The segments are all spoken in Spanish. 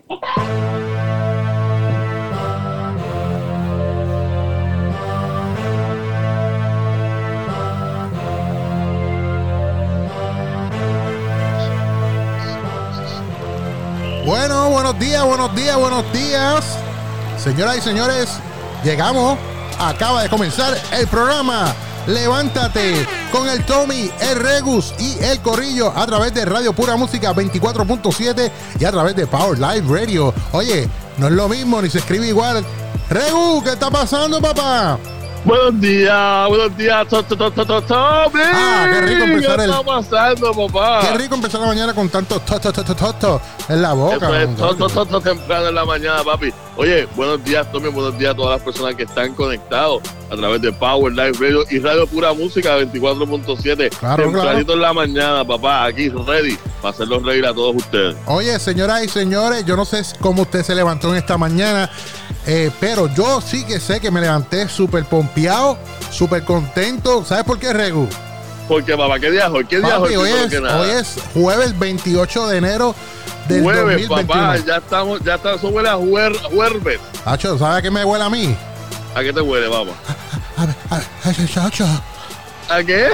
Bueno, buenos días. Señoras y señores, llegamos. Acaba de comenzar el programa Levántate con el Tommy, el Regus y el Corillo a través de Radio Pura Música 24.7 y a través de Power Live Radio. Oye, no es lo mismo ni se escribe igual. Regu, ¿qué está pasando, papá? Buenos días, Tommy. Qué rico empezar ¿Qué está pasando, papá? Qué rico empezar la mañana con tanto to en la boca. Eso es to temprano en la mañana, papi. Oye, buenos días, Tommy. Buenos días a todas las personas que están conectados a través de Power Live Radio y Radio Pura Música 24.7. Claro, tempranito en la mañana, papá. Aquí ready para hacerlos reír a todos ustedes. Oye, señoras y señores, yo no sé cómo usted se levantó en esta mañana, pero yo sí que sé que me levanté súper pompeado, súper contento. ¿Sabes por qué, Regu? Porque, papá, ¿qué día es hoy? Hoy es jueves 28 de enero del jueves, 2021. Papá, ya está, eso huele a jueves. Hacho, ¿sabes a qué me huele a mí? ¿A qué te huele, papá? A chacho. ¿A qué?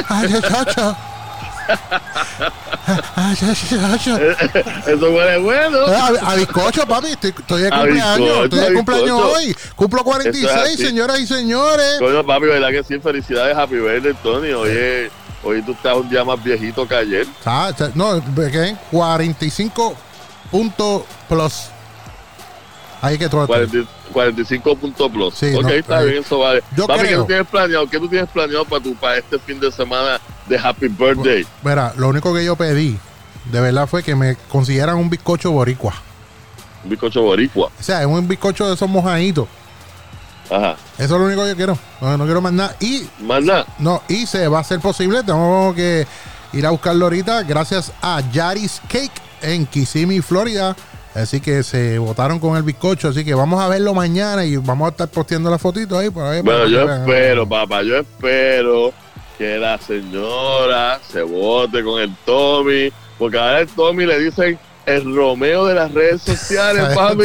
Eso huele bueno. A bizcocho, papi. Estoy de cumpleaños. Estoy de cumpleaños hoy. Cumplo 46, señoras y señores. Coño, papi, ¿verdad que sí? Felicidades, happy birthday, Tony. Hoy tú estás un día más viejito que ayer. No, ¿qué? 45 puntos plus. Ahí que todo. 45 puntos plus. Sí, ok, está bien, eso vale. Papi, creo. ¿Qué tú tienes planeado para este fin de semana de happy birthday? Mira, lo único que yo pedí, de verdad, fue que me consiguieran un bizcocho boricua. Un bizcocho boricua. O sea, un bizcocho de esos mojaditos. Ajá. Eso es lo único que yo quiero. No quiero más nada. ¿Más nada? No, y se va a hacer posible. Tengo que ir a buscarlo ahorita gracias a Yaris Cake en Kissimmee, Florida. Así que se botaron con el bizcocho. Así que vamos a verlo mañana y vamos a estar posteando la fotito ahí. Bueno, yo espero, papá. Yo espero que la señora se bote con el Tommy. Porque ahora el Tommy le dicen el Romeo de las redes sociales, papi.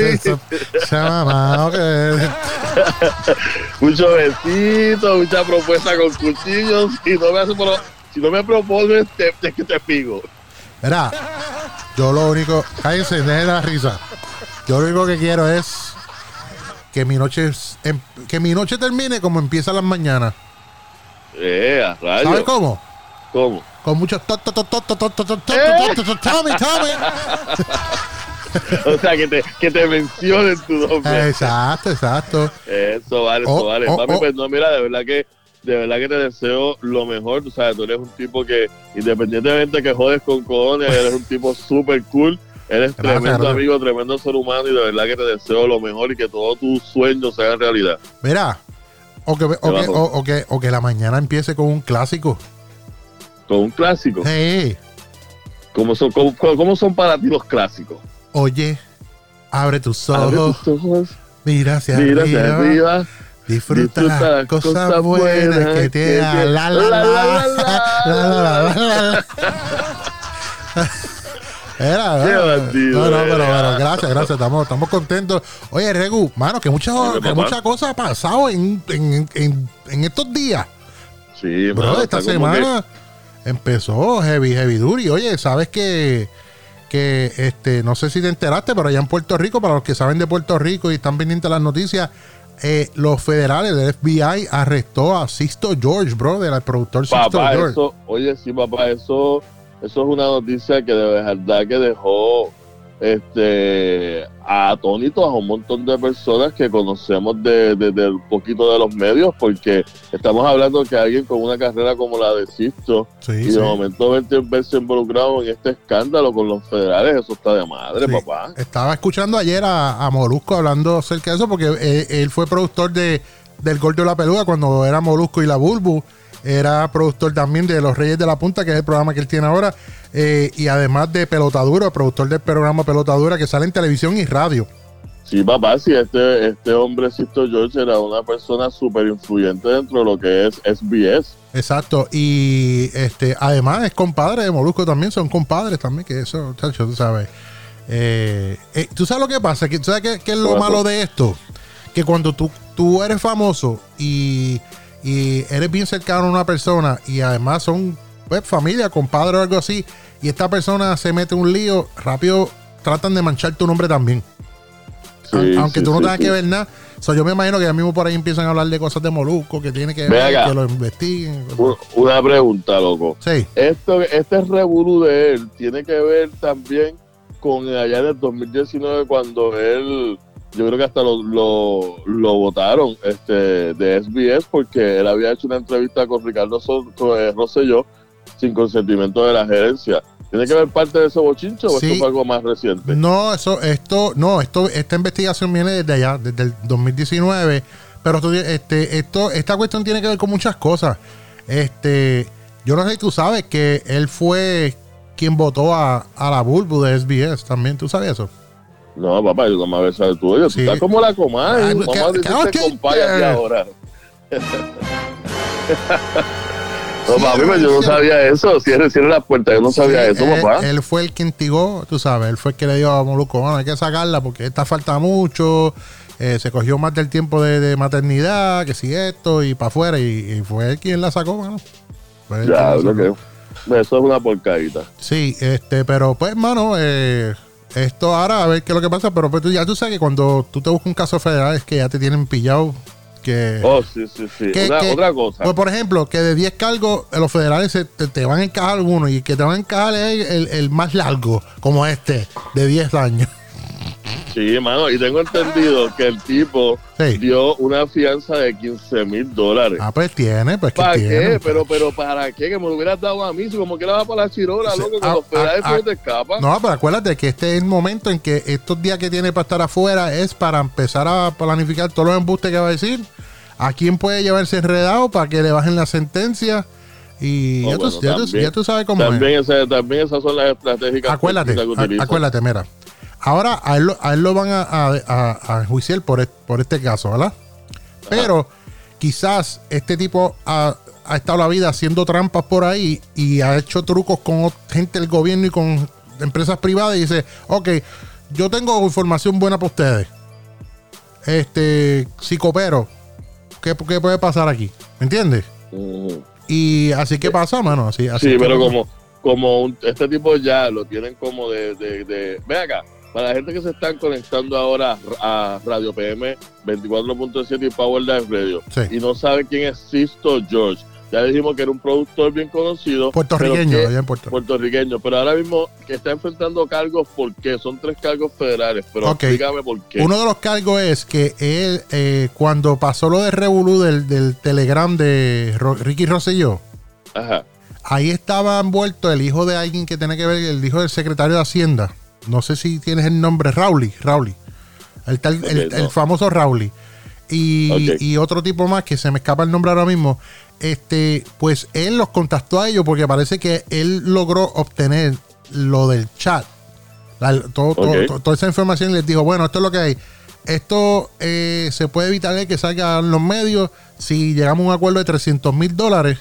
Mucho besito, mucha propuesta con cuchillos. Si no me propones, te pigo. Verá, yo lo único... Cállense, dejen la risa. Yo lo único que quiero es que mi noche termine como empieza las mañanas. ¿Sabes cómo? ¿Cómo? Con muchos Tommy. O sea, que te mencionen tu nombre. Exacto. Eso vale. Papi, pues no, mira, de verdad que te deseo lo mejor. Tú sabes, tú eres un tipo que, independientemente que jodes con cojones, eres un tipo súper cool. Eres tremendo amigo, tremendo ser humano, y de verdad que te deseo lo mejor y que todos tus sueños se hagan realidad. Mira, o que la mañana empiece con un clásico. ¿Con un clásico? Sí. ¿Cómo son para ti los clásicos? Oye, abre tus ojos, mira hacia arriba. Disfruta las cosas buenas que te da. Pero gracias, estamos contentos. Oye, Regu, mano, que muchas cosas han pasado en estos días. Sí, bro, mano, esta semana empezó heavy duty. Oye, ¿sabes que no sé si te enteraste, pero allá en Puerto Rico, para los que saben de Puerto Rico y están pendientes de las noticias, los federales del FBI arrestó a Sixto George, bro, del productor Sixto George. Eso es una noticia que de verdad que dejó atónitos a un montón de personas que conocemos de un poquito de los medios, porque estamos hablando que alguien con una carrera como la de Sixto de momento verse involucrado en este escándalo con los federales, eso está de madre, papá. Estaba escuchando ayer a Molusco hablando acerca de eso, porque él fue productor del Gordo de la Peluda cuando era Molusco y la Bulbu. Era productor también de Los Reyes de la Punta, que es el programa que él tiene ahora. Y además de Pelotadura, productor del programa Pelotadura, que sale en televisión y radio. Sí, papá, sí, este hombre, Sixto George, era una persona súper influyente dentro de lo que es SBS. Exacto. Y además es compadre de Molusco también, son compadres también, que eso, chacho, tú sabes. ¿Tú sabes lo que pasa? ¿Tú sabes qué es lo malo de esto? Que cuando tú eres famoso y eres bien cercano a una persona y además son pues, familia, compadre o algo así, y esta persona se mete en un lío, rápido tratan de manchar tu nombre también. Sí, aunque tú no tengas que ver nada. Yo me imagino que ya mismo por ahí empiezan a hablar de cosas de Molusco, que tiene que ver, que lo investiguen. Una pregunta, loco. Sí. Este revolú de él tiene que ver también con allá en el 2019 cuando él, yo creo que hasta lo votaron de SBS porque él había hecho una entrevista con Ricardo Rosselló sin consentimiento de la gerencia. ¿Tiene que ver parte de ese bochincho o esto fue algo más reciente? No, esta investigación viene desde allá, desde el 2019, pero esta cuestión tiene que ver con muchas cosas. Yo no sé si tú sabes que él fue quien votó a la Bulbu de SBS también, ¿tú sabes eso? No, papá, yo no me había sabido tú. Tú estás como la comadre. Vamos a decirte compadre ahora. No, papi, yo no sabía eso. Cierre la puerta, yo no sabía eso, papá. Él fue el que instigó, tú sabes, él fue el que le dijo a Molusco, bueno, hay que sacarla porque esta falta mucho, se cogió más del tiempo de maternidad, que si esto, y para afuera, y fue él quien la sacó, mano. Ya, eso es una porcadita. Sí, pero pues, mano, esto ahora, a ver qué es lo que pasa, pero pues ya tú sabes que cuando tú te buscas un caso federal es que ya te tienen pillado. Sí. Otra cosa. Pues, por ejemplo, que de 10 cargos, los federales te van a encajar algunos y que te van a encajar es el más largo, como de 10 años. Sí, mano, y tengo entendido que el tipo dio una fianza de $15,000. Ah, pues tiene, pues ¿para qué? Pero ¿para qué? Que me lo hubieras dado a mí, si como que va para la chirola, loco, que los federales no te escapan. No, pero acuérdate que este es el momento en que estos días que tiene para estar afuera es para empezar a planificar todos los embustes que va a decir, a quién puede llevarse enredado para que le bajen la sentencia. Y ya tú sabes cómo también esas son las estratégicas. Acuérdate, mira. Ahora a él lo van a enjuiciar por este caso, ¿verdad? Ajá. Pero quizás este tipo ha estado la vida haciendo trampas por ahí y ha hecho trucos con gente del gobierno y con empresas privadas y dice, ok, yo tengo información buena para ustedes. Si coopero, ¿qué puede pasar aquí? ¿Me entiendes? Y así que pasa, mano. Así sí, pero como este tipo ya lo tienen como de ven acá. Para la gente que se están conectando ahora a Radio PM 24.7 y Power Live Radio y no sabe quién es Sisto George, ya dijimos que era un productor bien conocido. Puertorriqueño, allá en puertorriqueño, pero ahora mismo que está enfrentando cargos, ¿por qué? Son 3 cargos federales, pero explícame por qué. Uno de los cargos es que él, cuando pasó lo de revolú del Telegram de Ricky Rosselló, ahí estaba envuelto el hijo de alguien que tiene que ver, el hijo del secretario de Hacienda. No sé si tienes el nombre, Rowley. El famoso Rowley. Y otro tipo más que se me escapa el nombre ahora mismo. Pues él los contactó a ellos porque parece que él logró obtener lo del chat. Toda esa información y les dijo, bueno, esto es lo que hay. Esto se puede evitar que salga en los medios si llegamos a un acuerdo de $300,000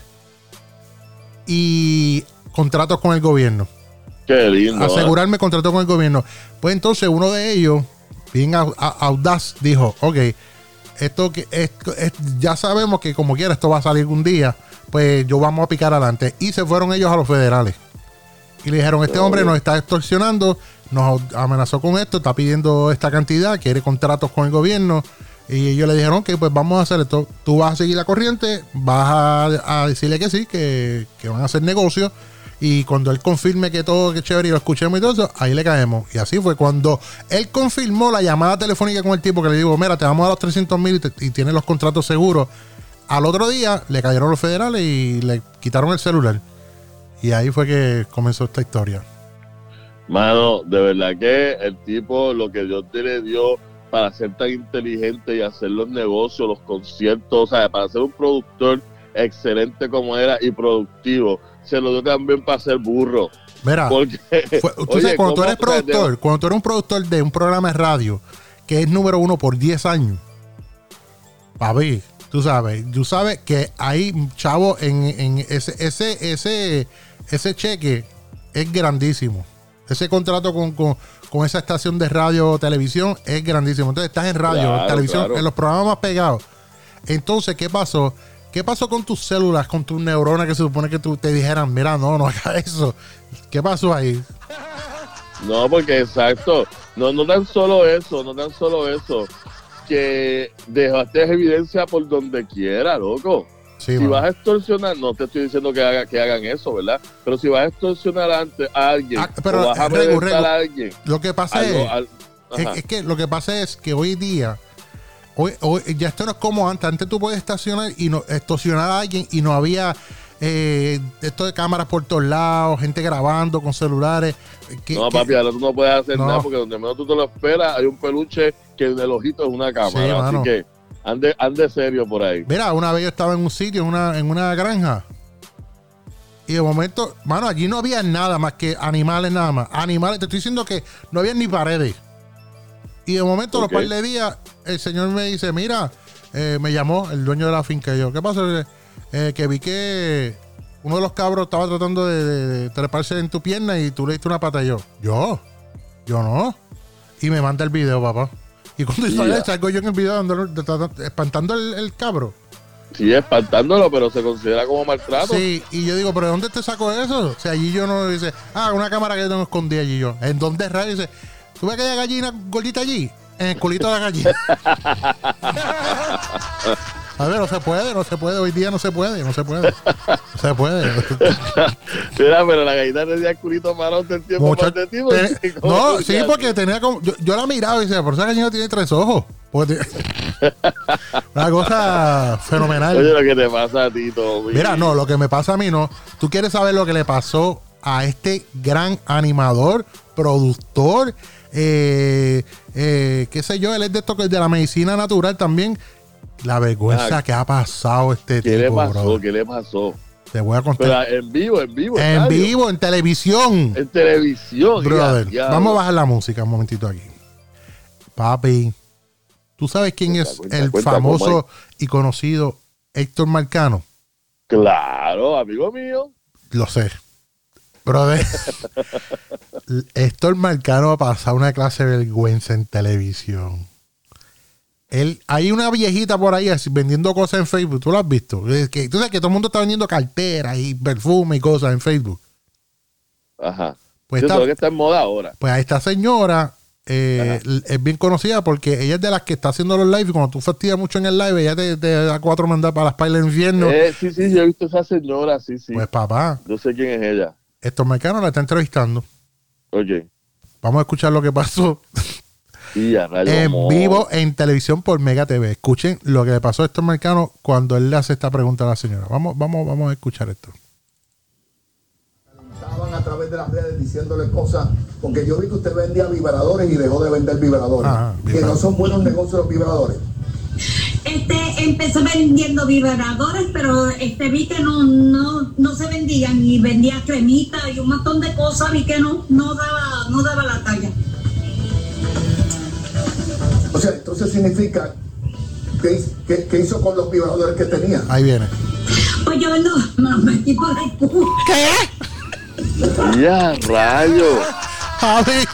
y contratos con el gobierno. Qué lindo. Asegurarme contrato con el gobierno. Pues entonces uno de ellos, bien audaz, dijo, ok, esto ya sabemos que como quiera esto va a salir un día, pues yo vamos a picar adelante. Y se fueron ellos a los federales. Y le dijeron, este hombre nos está extorsionando, nos amenazó con esto, está pidiendo esta cantidad, quiere contratos con el gobierno. Y ellos le dijeron, ok, pues vamos a hacer esto. Tú vas a seguir la corriente, vas a decirle que sí, que van a hacer negocios. Y cuando él confirme que todo que es chévere y lo escuchemos y todo eso, ahí le caemos. Y así fue cuando él confirmó la llamada telefónica con el tipo que le dijo, mira, te vamos a dar los $300,000 y tienes los contratos seguros. Al otro día le cayeron los federales y le quitaron el celular. Y ahí fue que comenzó esta historia. Mano, de verdad que el tipo, lo que Dios te le dio para ser tan inteligente y hacer los negocios, los conciertos, o sea, para ser un productor excelente como era y productivo, se lo dio también para ser burro. Mira, porque, tú sabes, cuando tú eres productor, cuando tú eres un productor de un programa de radio que es número 1 por 10 años, papi, tú sabes que hay chavo en ese cheque es grandísimo. Ese contrato con con esa estación de radio o televisión es grandísimo. Entonces estás en radio, en televisión, en los programas más pegados. Entonces, ¿qué pasó? ¿Qué pasó con tus células, con tus neuronas que se supone que te dijeran, mira, no hagas eso? ¿Qué pasó ahí? No, porque exacto, no tan solo eso, que dejaste evidencia por donde quiera, loco. Sí, si vas a extorsionar, no te estoy diciendo que hagan eso, ¿verdad? Pero si vas a extorsionar a alguien, pero, o vas a reventar a alguien. Lo que pasa es que lo que pasa es que hoy día, hoy ya esto no es como antes. Antes tú puedes extorsionar a alguien y no había esto de cámaras por todos lados, gente grabando con celulares. Papi, ahora tú no puedes hacer nada porque donde menos tú te lo esperas hay un peluche que en el ojito es una cámara. Sí, así que ande serio por ahí. Mira, una vez yo estaba en un sitio, en una granja, y de momento, mano, allí no había nada más que animales nada más. Animales, te estoy diciendo que no había ni paredes. Y de momento, los par de días, el señor me dice, mira, me llamó el dueño de la finca y yo, ¿qué pasa? Que vi que uno de los cabros estaba tratando de treparse en tu pierna y tú le diste una pata. Y yo no. Y me manda el video, papá. Y cuando salgo yo en el video espantando el cabro. Sí, espantándolo, pero se considera como maltrato. Sí, y yo digo, ¿pero de dónde te sacó eso? O sea, allí yo no dice, una cámara que yo tengo escondida allí yo. ¿En dónde rayos? Dice, ¿tú ves aquella gallina gordita allí? En el culito de la gallina. A ver, no se puede, hoy día no se puede. Mira, pero la gallina tenía el culito malo del tiempo más de ti. No, sí, porque tenía como, yo la miraba y decía, por esa gallina tiene 3 ojos. Una cosa fenomenal. Oye, lo que te pasa a ti, Tommy. Mira, no, lo que me pasa a mí no. Tú quieres saber lo que le pasó a este gran animador, productor, qué sé yo, él es de la medicina natural también. La vergüenza que ha pasado este tipo. ¿Qué le pasó? Te voy a contar. Pero en vivo, en televisión. En televisión. Brother, vamos a bajar la música un momentito aquí. Papi, ¿tú sabes quién es el famoso y conocido Héctor Marcano? Claro, amigo mío. Lo sé. Brother, Héctor Marcano ha pasado una clase de vergüenza en televisión. Hay una viejita por ahí vendiendo cosas en Facebook. ¿Tú lo has visto? Tú sabes que todo el mundo está vendiendo carteras y perfume y cosas en Facebook. Ajá. Pues que está en moda ahora. Pues a esta señora es bien conocida porque ella es de las que está haciendo los live y cuando tú fastidias mucho en el live, ella te da 4 mandadas para las pailas del infierno. Sí, yo he visto a esa señora, sí. Pues papá. Yo sé quién es ella. Héctor Marcano la está entrevistando. Oye. Vamos a escuchar lo que pasó. En vivo en televisión por Mega TV. Escuchen lo que le pasó a Héctor Marcano cuando él le hace esta pregunta a la señora. Vamos a escuchar esto. Estaban a través de las redes diciéndole cosas, porque yo vi que usted vendía vibradores y dejó de vender vibradores. Que no son buenos negocios los vibradores. Empezó vendiendo vibradores, pero vi que no se vendían y vendía cremita y un montón de cosas, vi que no daba la talla. O sea, entonces significa que hizo con los vibradores que tenía. Ahí viene. Pues yo me los metí por el culo. ¿Qué? ¡Ya, rayo! Javi.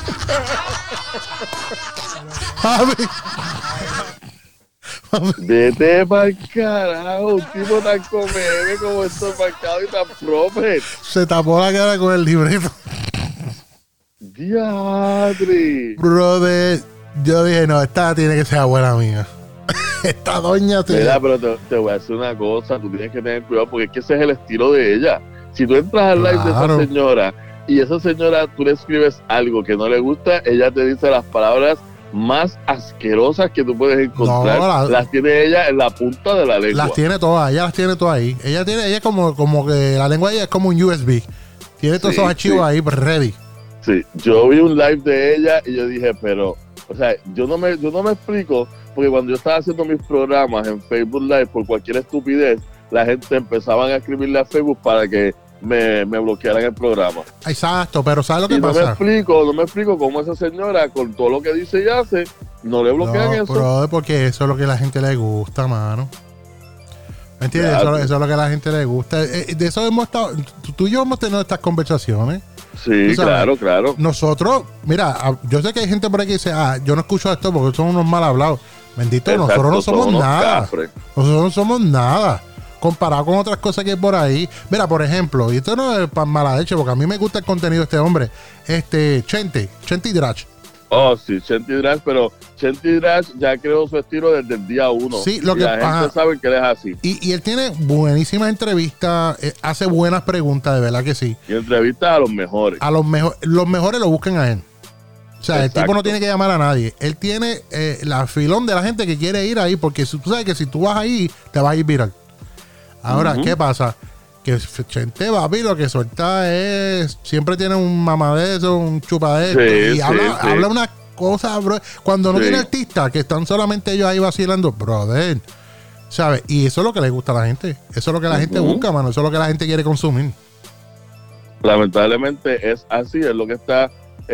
Vete pa'l carajo, un tipo tan comeme como estos marcados y tan proper. Se tapó la cara con el libreto. ¡Diadre! Brother, yo dije, no, esta tiene que ser abuela mía. Esta doña tiene... Mira, pero te voy a decir una cosa, tú tienes que tener cuidado porque es que ese es el estilo de ella. Si tú entras al live de esa señora y esa señora tú le escribes algo que no le gusta, ella te dice las palabras más asquerosas que tú puedes encontrar. No, las tiene ella en la punta de la lengua. Las tiene todas, ella las tiene todas ahí. Ella como que la lengua de ella es como un USB. Tiene todos esos archivos ahí ready. Sí, yo vi un live de ella y yo dije, pero, o sea, yo no me explico, porque cuando yo estaba haciendo mis programas en Facebook Live por cualquier estupidez, la gente empezaban a escribirle a Facebook para que me bloquearan el programa. Exacto, pero ¿sabes lo que pasa? No me explico cómo esa señora, con todo lo que dice y hace, no le bloquean eso. Pero porque eso es lo que a la gente le gusta, mano. ¿Me entiendes? Eso es lo que a la gente le gusta. De eso hemos estado, tú y yo hemos tenido estas conversaciones. Sí, claro. Nosotros, mira, yo sé que hay gente por ahí que dice, yo no escucho esto porque son unos mal hablados. Bendito, exacto, nosotros no somos nada. Cafres. Nosotros no somos nada. Comparado con otras cosas que hay por ahí. Mira, por ejemplo, y esto no es para mala leche, porque a mí me gusta el contenido de este hombre. Chente Drach. Oh, sí, Chente Drach, pero Chente Drach ya creó su estilo desde el día 1. Sí, lo que la gente sabe que él es así. Y él tiene buenísimas entrevistas, hace buenas preguntas, de verdad que sí. Y entrevistas a los mejores. Los mejores lo buscan a él. O sea, exacto. El tipo no tiene que llamar a nadie. Él tiene la filón de la gente que quiere ir ahí, porque tú sabes que si tú vas ahí, te vas a ir viral. Ahora, ¿qué pasa? Que Chente, papi, lo que suelta es... Siempre tiene un mamá de eso, un chupa de esto. Sí, y habla una cosa, bro. Cuando no tiene artistas, que están solamente ellos ahí vacilando, brother, ¿sabes? Y eso es lo que le gusta a la gente. Eso es lo que la gente busca, mano. Eso es lo que la gente quiere consumir. Lamentablemente es así, es lo que está...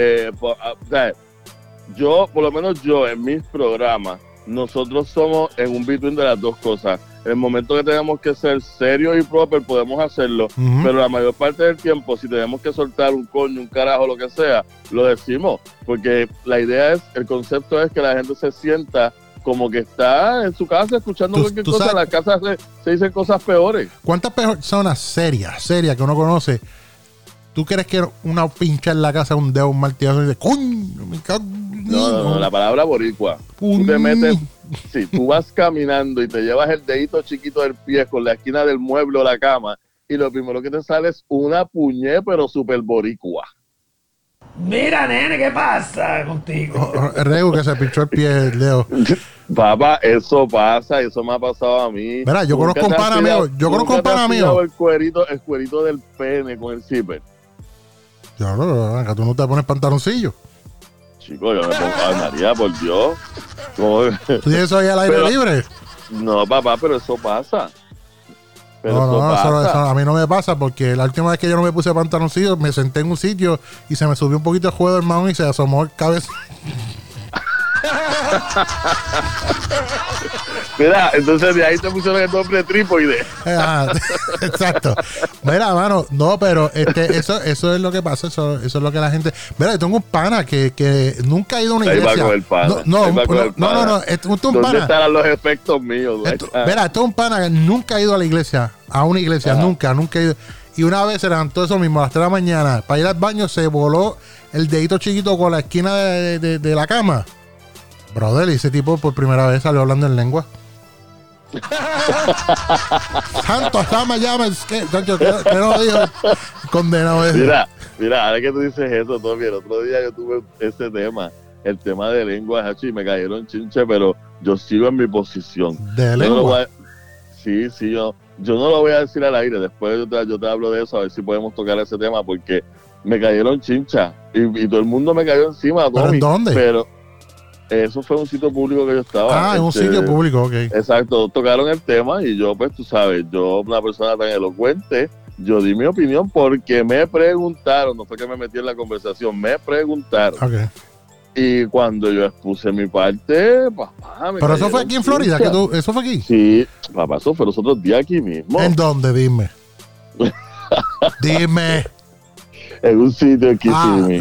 yo, por lo menos yo, en mis programas, nosotros somos en un between de las dos cosas. En el momento que tenemos que ser serios y proper, podemos hacerlo, pero la mayor parte del tiempo, si tenemos que soltar un coño, un carajo, lo que sea, lo decimos, porque la idea es, el concepto es que la gente se sienta como que está en su casa escuchando cualquier cosa. En la casa se dicen cosas peores. ¿Cuántas personas serias que uno conoce, tú crees que una pincha en la casa, un dedo, un martillazo y dice, coño, me cago? No, la palabra boricua. Tú te metes, si tú vas caminando y te llevas el dedito chiquito del pie con la esquina del mueble o la cama, y lo primero que te sale es una puñe, pero súper boricua. Mira, nene, ¿qué pasa contigo? Regu, que se pinchó el pie, el dedo. Papá, eso pasa, eso me ha pasado a mí. Mira, yo conozco un pana mío. El cuerito del pene con el zipper. Claro, acá tú no te pones pantaloncillo. Chico, yo me pongo a María, por Dios. ¿Tú tienes eso ahí al aire libre? No, papá, pero eso pasa. Eso a mí no me pasa, porque la última vez que yo no me puse pantaloncillo, me senté en un sitio y se me subió un poquito el juego del mahón y se asomó el cabeza. Mira, entonces de ahí te pusieron el nombre de trípode. Exacto. Mira, mano, no, pero eso es lo que pasa, eso es lo que la gente... Mira, yo tengo un pana que nunca ha ido a una iglesia. Ahí va con el pana. No, esto es un pana. ¿Dónde estarán los efectos míos? Mira, esto es un pana que nunca ha ido a la iglesia, nunca ha ido. Y una vez se levantó eso mismo a las 3 de la mañana, para ir al baño, se voló el dedito chiquito con la esquina de la cama. Brother, y ese tipo por primera vez salió hablando en lengua. Santo, Sama, llama. ¿Qué no dijo? Condenado ese. Mira, ahora que tú dices eso, Tommy, el otro día yo tuve ese tema, el tema de lengua, y me cayeron chinche, pero yo sigo en mi posición. ¿De lengua? Sí, yo no lo voy a decir al aire. Después yo te hablo de eso, a ver si podemos tocar ese tema, porque me cayeron chincha y todo el mundo me cayó encima, Tommy. ¿Pero en dónde? Pero eso fue un sitio público que yo estaba. En un sitio público, ok. Exacto, tocaron el tema y yo, pues tú sabes, yo, una persona tan elocuente, yo di mi opinión porque me preguntaron, no fue que me metí en la conversación, me preguntaron. Okay. Y cuando yo expuse mi parte, papá, ¿Pero eso fue aquí en Florida? ¿Eso fue aquí? Sí, papá, eso fue los otros días aquí mismo. ¿En dónde? Dime. Dime. En un sitio en Kissimmee.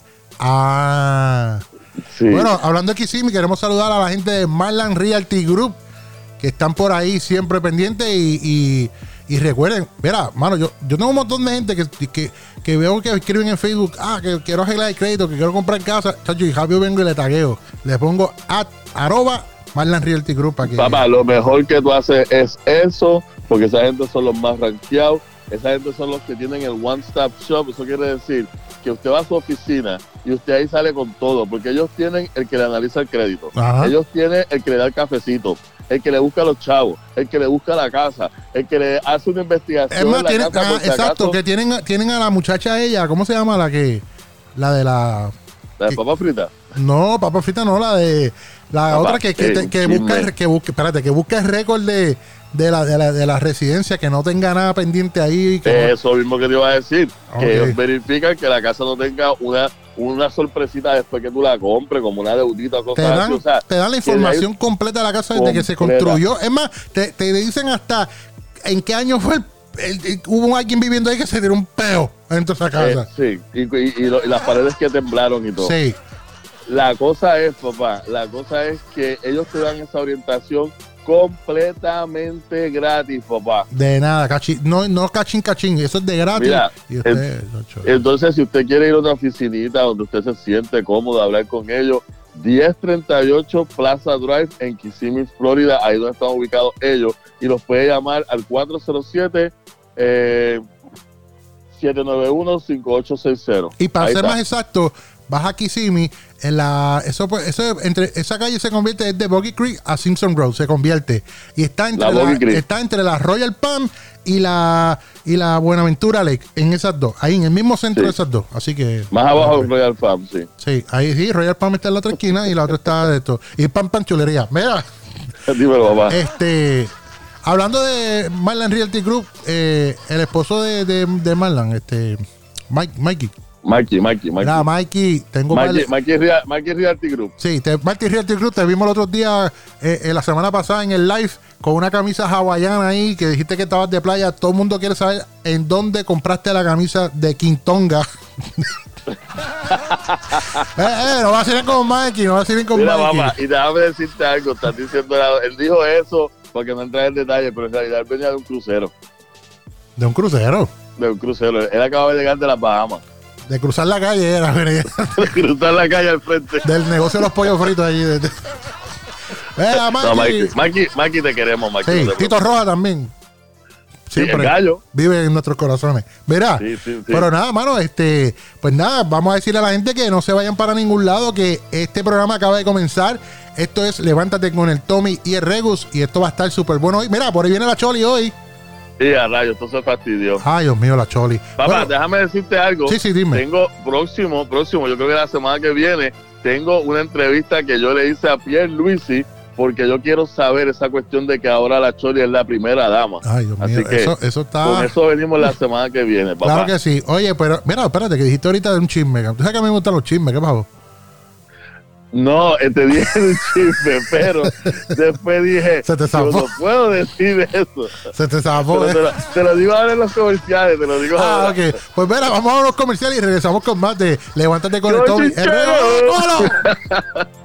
Sí. Bueno, hablando de Kissimmee, queremos saludar a la gente de Marland Realty Group, que están por ahí siempre pendientes y recuerden, mira, mano, yo tengo un montón de gente que veo que escriben en Facebook, que quiero arreglar el crédito, que quiero comprar casa, chacho, y rápido vengo y le tagueo, le pongo @Marland Realty Group. Papá, lo mejor que tú haces es eso, porque esa gente son los más rankeados, esa gente son los que tienen el One Stop Shop. Eso quiere decir que usted va a su oficina y usted ahí sale con todo, porque ellos tienen el que le analiza el crédito. Ajá. Ellos tienen el que le da el cafecito, el que le busca a los chavos, el que le busca la casa, el que le hace una investigación. Es más, exacto, que tienen a la muchacha ella, ¿cómo se llama? La de ¿La de papa frita? No, papa frita no, la de la otra que busca el récord de la residencia, que no tenga nada pendiente ahí. Eso mismo que te iba a decir, que ellos verifican que la casa no tenga una sorpresita después que tú la compres, como una deudita o cosas así. O sea, te dan la información completa de la casa desde que se construyó. Es más, te dicen hasta en qué año fue hubo alguien viviendo ahí que se tiró un peo dentro de esa casa. Sí, y las paredes que temblaron y todo. Sí. La cosa es, papá, que ellos te dan esa orientación completamente gratis, papá. De nada, no cachín, eso es de gratis. Mira, y usted, entonces, si usted quiere ir a una oficinita donde usted se siente cómodo, hablar con ellos, 1038 Plaza Drive en Kissimmee, Florida, ahí donde están ubicados ellos, y los puede llamar al 407-791-5860. Y para ser más exacto, vas a Kissimmee, esa calle se convierte desde Boggy Creek a Simpson Road, se convierte. Y está entre la Royal Palm y la Buenaventura Lake, en esas dos, ahí en el mismo centro de esas dos. Así que más abajo Royal Palm, sí. Sí, ahí sí, Royal Palm está en la otra esquina y la otra está de esto. Y Pan Chulería. Mira. Dímelo, papá. Hablando de Marlan Realty Group, el esposo de Marlan, Mikey. Nada, Mikey, Mikey Realty Group. Sí, Mikey Realty Group, te vimos el otro día, la semana pasada en el live, con una camisa hawaiana ahí, que dijiste que estabas de playa. Todo el mundo quiere saber en dónde compraste la camisa de King Tonga. No va a ser con Mikey, Mira, mamá, y déjame decirte algo, estás diciendo, él dijo eso porque no entra en detalle, pero en realidad él venía de un crucero. ¿De un crucero? De un crucero, él acaba de llegar de las Bahamas. De cruzar la calle era. De cruzar la calle al frente. Del negocio de los pollos fritos allí. Mikey, te queremos, Mikey. Sí, Tito Roja también. Siempre. Sí, el gallo. Vive en nuestros corazones. Verá. Sí. Pero nada, mano, pues nada, vamos a decirle a la gente que no se vayan para ningún lado, que este programa acaba de comenzar. Esto es Levántate con el Tommy y el Regus, y esto va a estar súper bueno hoy. Mira, por ahí viene la Choli hoy. Sí, a rayos, esto se fastidió. Ay, Dios mío, la Choli. Papá, bueno, déjame decirte algo. Sí, dime. Tengo próximo, yo creo que la semana que viene, tengo una entrevista que yo le hice a Pierluisi, porque yo quiero saber esa cuestión de que ahora la Choli es la primera dama. Ay, Dios mío, eso está... Con eso venimos la semana que viene, papá. Claro que sí. Oye, pero mira, espérate, que dijiste ahorita de un chisme. ¿Tú sabes que a mí me gustan los chismes? ¿Qué pasó? No, te dije un chisme, pero después dije, se te yo no puedo decir eso. Se te zafó. Te lo digo ahora en los comerciales, te lo digo ahora. Ok. Pues mira, vamos a los comerciales y regresamos con más de Levántate con el Tommy.